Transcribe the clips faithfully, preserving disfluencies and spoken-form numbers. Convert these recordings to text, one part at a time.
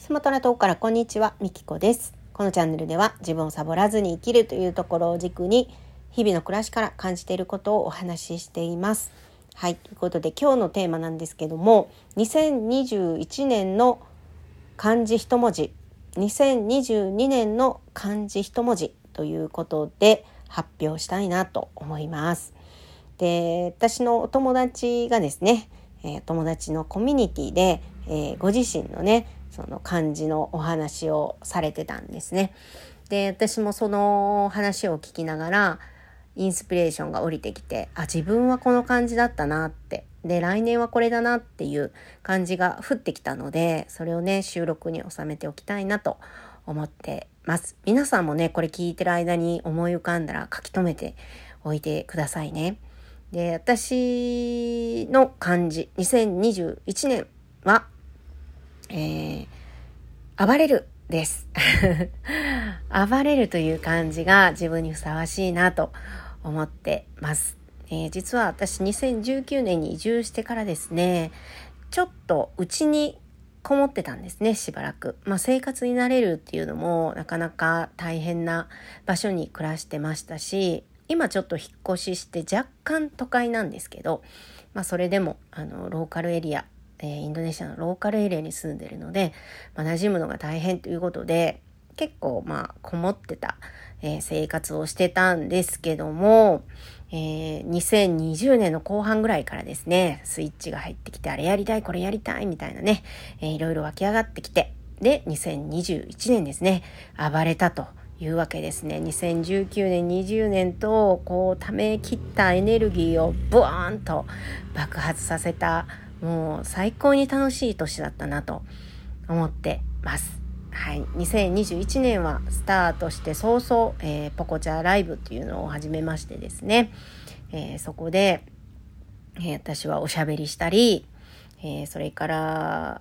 スマトラ島からこんにちは、みきこです。このチャンネルでは自分をサボらずに生きるというところを軸に日々の暮らしから感じていることをお話ししています。はい、ということで今日のテーマなんですけども、にせんにじゅういちねんの漢字一文字、にせんにじゅうにねんの漢字一文字ということで発表したいなと思います。で、私のお友達がですね、えー、友達のコミュニティで、えー、ご自身のねその漢字のお話をされてたんですね。で、私もその話を聞きながらインスピレーションが降りてきて、あ、自分はこの漢字だったなって、で来年はこれだなっていう感じが降ってきたので、それをね収録に収めておきたいなと思ってます。皆さんもねこれ聞いてる間に思い浮かんだら書き留めておいてくださいね。で、私の漢字にせんにじゅういちねんは、えー、暴れるです。暴れるという漢字が自分にふさわしいなと思ってます。えー、実は私にせんじゅうきゅうねんに移住してからですね、ちょっと家にこもってたんですね、しばらく。まあ、生活に慣れるっていうのもなかなか大変な場所に暮らしてましたし、今ちょっと引っ越しして若干都会なんですけど、まあ、それでもあのローカルエリア、えー、インドネシアのローカルエリアに住んでるので、まあ、馴染むのが大変ということで結構まあこもってた、えー、生活をしてたんですけども、えー、にせんにじゅうねんの後半ぐらいからですね、スイッチが入ってきて、あれやりたいこれやりたいみたいなね、えー、いろいろ湧き上がってきて、でにせんにじゅういちねんですね、暴れたというわけですね。にせんじゅうきゅうねんにじゅうねんとこう溜め切ったエネルギーをブワーンと爆発させた、もう最高に楽しい年だったなと思ってます。はい、にせんにじゅういちねんはスタートして早々、えー、ポコチャライブっていうのを始めましてですね、えー、そこで、えー、私はおしゃべりしたり、えー、それから、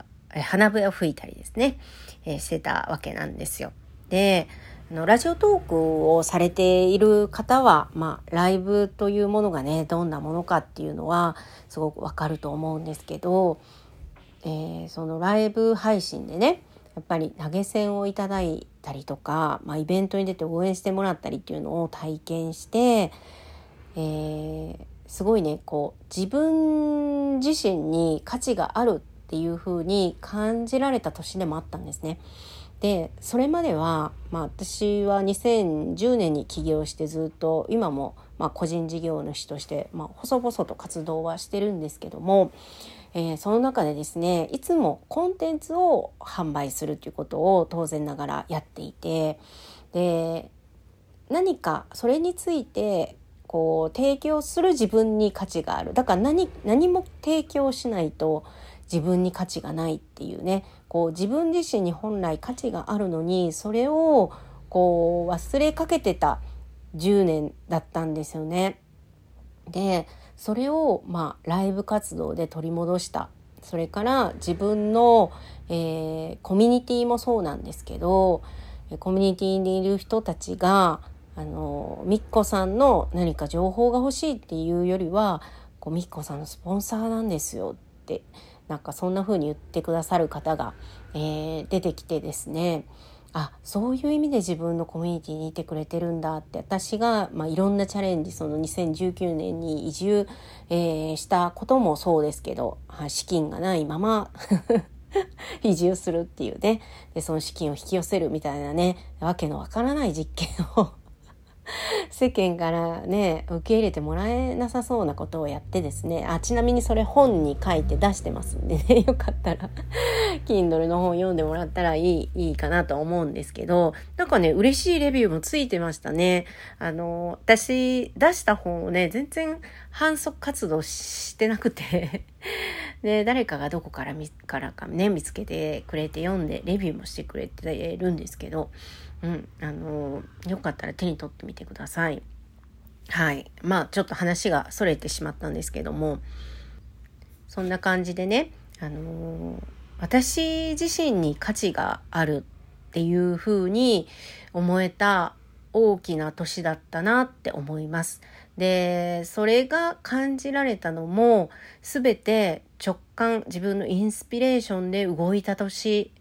えー、花火を吹いたりですね、えー、してたわけなんですよ。で、あのラジオトークをされている方は、まあ、ライブというものがねどんなものかっていうのはすごくわかると思うんですけど、えー、そのライブ配信でねやっぱり投げ銭をいただいたりとか、まあ、イベントに出て応援してもらったりっていうのを体験して、えー、すごいねこう自分自身に価値があるっていう風に感じられた年でもあったんですね。で、それまでは、まあ、私はにせんじゅうねんに起業してずっと今も、まあ、個人事業主として、まあ、細々と活動はしてるんですけども、えー、その中でですねいつもコンテンツを販売するということを当然ながらやっていて、で何かそれについてこう提供する自分に価値がある。だから何、何も提供しないと自分に価値がないっていうね、こう自分自身に本来価値があるのにそれをこう忘れかけてたじゅうねんだったんですよね。でそれをまあライブ活動で取り戻した。それから自分の、えー、コミュニティもそうなんですけど、コミュニティにいる人たちがあのみっこさんの何か情報が欲しいっていうよりは、こうみっこさんのスポンサーなんですよってなんかそんな風に言ってくださる方が、えー、出てきてですね、あ、そういう意味で自分のコミュニティにいてくれてるんだって、私が、まあ、いろんなチャレンジ、そのにせんじゅうきゅうねんに移住、えー、したこともそうですけど、資金がないまま移住するっていうね、でその資金を引き寄せるみたいなね、わけのわからない実験を世間からね受け入れてもらえなさそうなことをやってですね、あ、ちなみにそれ本に書いて出してますんでね、よかったらKindle の本読んでもらったらいい、いいかなと思うんですけど、なんかね嬉しいレビューもついてましたね。あの私出した本をね全然販促活動してなくてで誰かがどこから見からかね見つけてくれて読んでレビューもしてくれてるんですけど、うん、あのよかったら手に取ってみてください。はい、まあちょっと話がそれてしまったんですけども、そんな感じでね、あの私自身に価値があるっていう風に思えた大きな年だったなって思います。で、それが感じられたのもすべて直感、自分のインスピレーションで動いた年、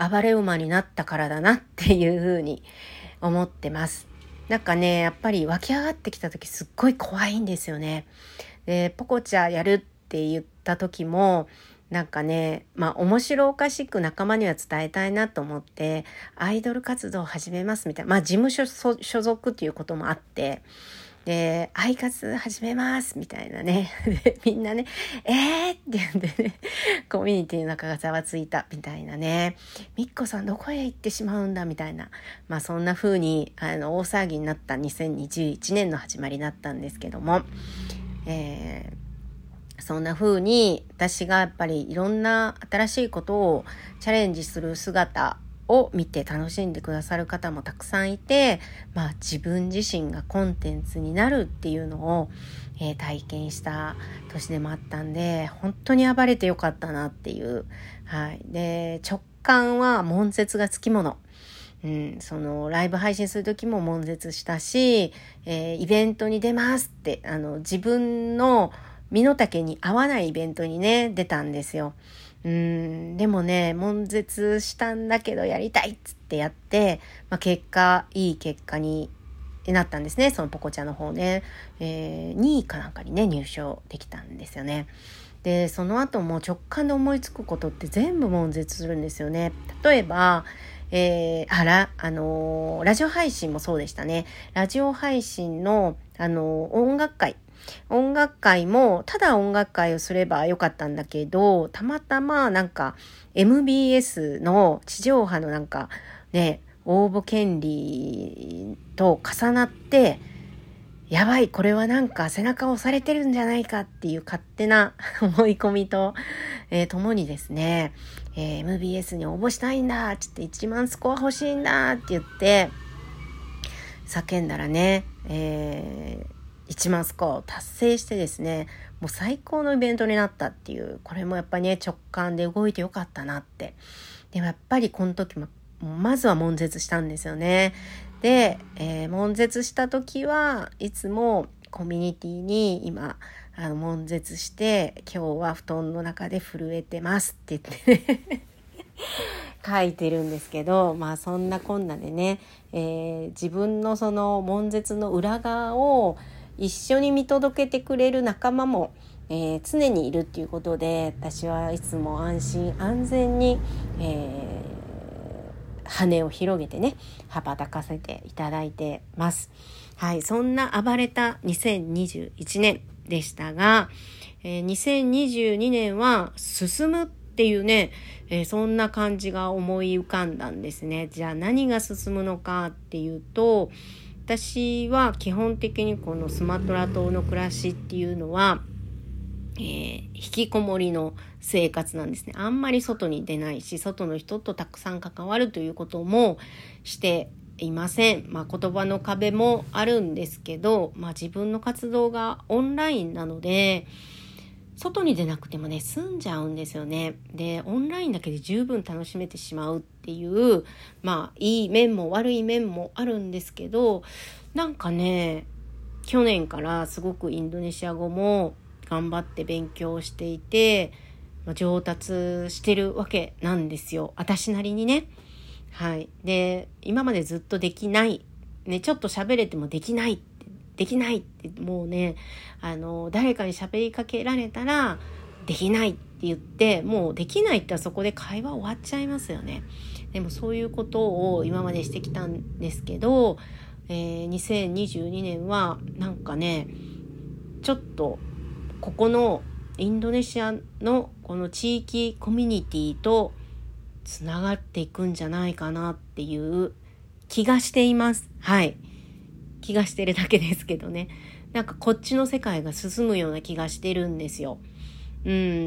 暴れ馬になったからだなっていうふうに思ってます。なんかねやっぱり湧き上がってきた時すっごい怖いんですよね。でポコチャやるって言った時もなんかねまあ面白おかしく仲間には伝えたいなと思ってアイドル活動を始めますみたいな、まあ事務所所属っていうこともあってでアイ活始めますみたいなねでみんなねえーって言ってねコミュニティの中がざわついたみたいなね、みっこさんどこへ行ってしまうんだみたいな、まあそんな風にあの大騒ぎになったにせんにじゅういちねんの始まりだったんですけども、えー、そんな風に私がやっぱりいろんな新しいことをチャレンジする姿を見て楽しんでくださる方もたくさんいて、まあ自分自身がコンテンツになるっていうのを、えー、体験した年でもあったんで、本当に暴れてよかったなっていう。はい。で、直感は悶絶がつきもの。うん、そのライブ配信する時も悶絶したし、えー、イベントに出ますってあの自分の身の丈に合わないイベントにね出たんですよ。うーんでもね悶絶したんだけどやりたいっつってやって、まあ、結果いい結果になったんですね。そのポコチャの方ね、えー、にいかなんかにね入賞できたんですよね。でその後も直感で思いつくことって全部悶絶するんですよね。例えばえー、あら、あのー、ラジオ配信もそうでしたね。ラジオ配信の、あのー、音楽会。音楽会も、ただ音楽会をすればよかったんだけど、たまたまなんか エムビーエス の地上波のなんかね、応募権利と重なって、やばい、これはなんか背中を押されてるんじゃないかっていう勝手な思い込みと、えー、共にですね、えー、エムビーエス に応募したいんだって言っていちまんスコア欲しいんだって言って叫んだらね、えー、いちまんスコアを達成してですね、もう最高のイベントになったっていう、これもやっぱりね直感で動いてよかったなって。でもやっぱりこの時もまずは悶絶したんですよね。で、えー、悶絶した時はいつもコミュニティに今あの悶絶して今日は布団の中で震えてますって言ってね書いてるんですけど、まあそんなこんなでね、えー、自分のその悶絶の裏側を一緒に見届けてくれる仲間も、えー、常にいるっていうことで、私はいつも安心安全に、えー羽を広げてね羽ばたかせていただいてます。はい、そんな暴れたにせんにじゅういちねんでしたが、えー、にせんにじゅうにねんは進むっていうね、えー、そんな感じが思い浮かんだんですね。じゃあ何が進むのかっていうと、私は基本的にこのスマトラ島の暮らしっていうのはえー、引きこもりの生活なんですね。あんまり外に出ないし、外の人とたくさん関わるということもしていません。まあ、言葉の壁もあるんですけど、まあ、自分の活動がオンラインなので外に出なくてもね済んじゃうんですよね。でオンラインだけで十分楽しめてしまうっていうまあいい面も悪い面もあるんですけど、なんかね去年からすごくインドネシア語も頑張って勉強していて、まあ、上達してるわけなんですよ、私なりにね。はい。で今までずっとできないね、ちょっと喋れてもできないできないってもうねあの誰かに喋りかけられたらできないって言ってもうできないってそこで会話終わっちゃいますよね。でもそういうことを今までしてきたんですけど、えー、にせんにじゅうにねんはなんかねちょっとここのインドネシアのこの地域コミュニティとつながっていくんじゃないかなっていう気がしています。はい。気がしてるだけですけどね。なんかこっちの世界が進むような気がしてるんですよ。うん。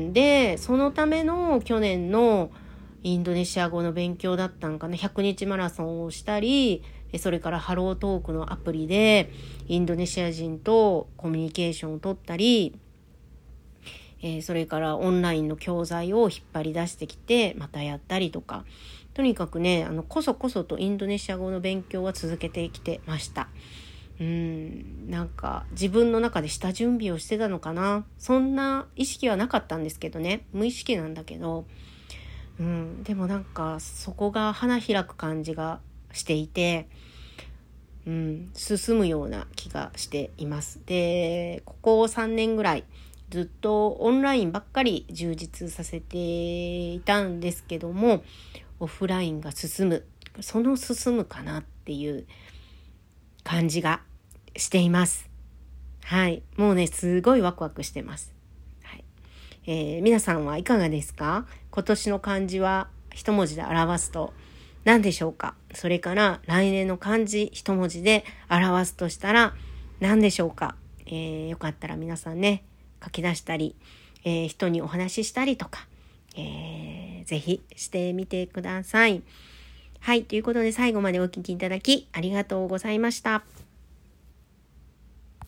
で、そのための去年のインドネシア語の勉強だったんかな。ひゃくにちマラソンをしたり、それからハロートークのアプリでインドネシア人とコミュニケーションを取ったり、えー、それからオンラインの教材を引っ張り出してきてまたやったりとか、とにかくねあのこそこそとインドネシア語の勉強は続けてきてました。うーんなんか自分の中で下準備をしてたのかな。そんな意識はなかったんですけどね、無意識なんだけど、 うん、でもなんかそこが花開く感じがしていて、うん、進むような気がしています。で、ここさんねんぐらいずっとオンラインばっかり充実させていたんですけども、オフラインが進む、その進むかなっていう感じがしています。はい、もうねすごいワクワクしてます。はい、えー、皆さんはいかがですか？今年の漢字は一文字で表すと何でしょうか？それから来年の漢字一文字で表すとしたら何でしょうか？えー、よかったら皆さんね書き出したり、えー、人にお話ししたりとか、えー、ぜひしてみてください。はい、ということで最後までお聞きいただきありがとうございました。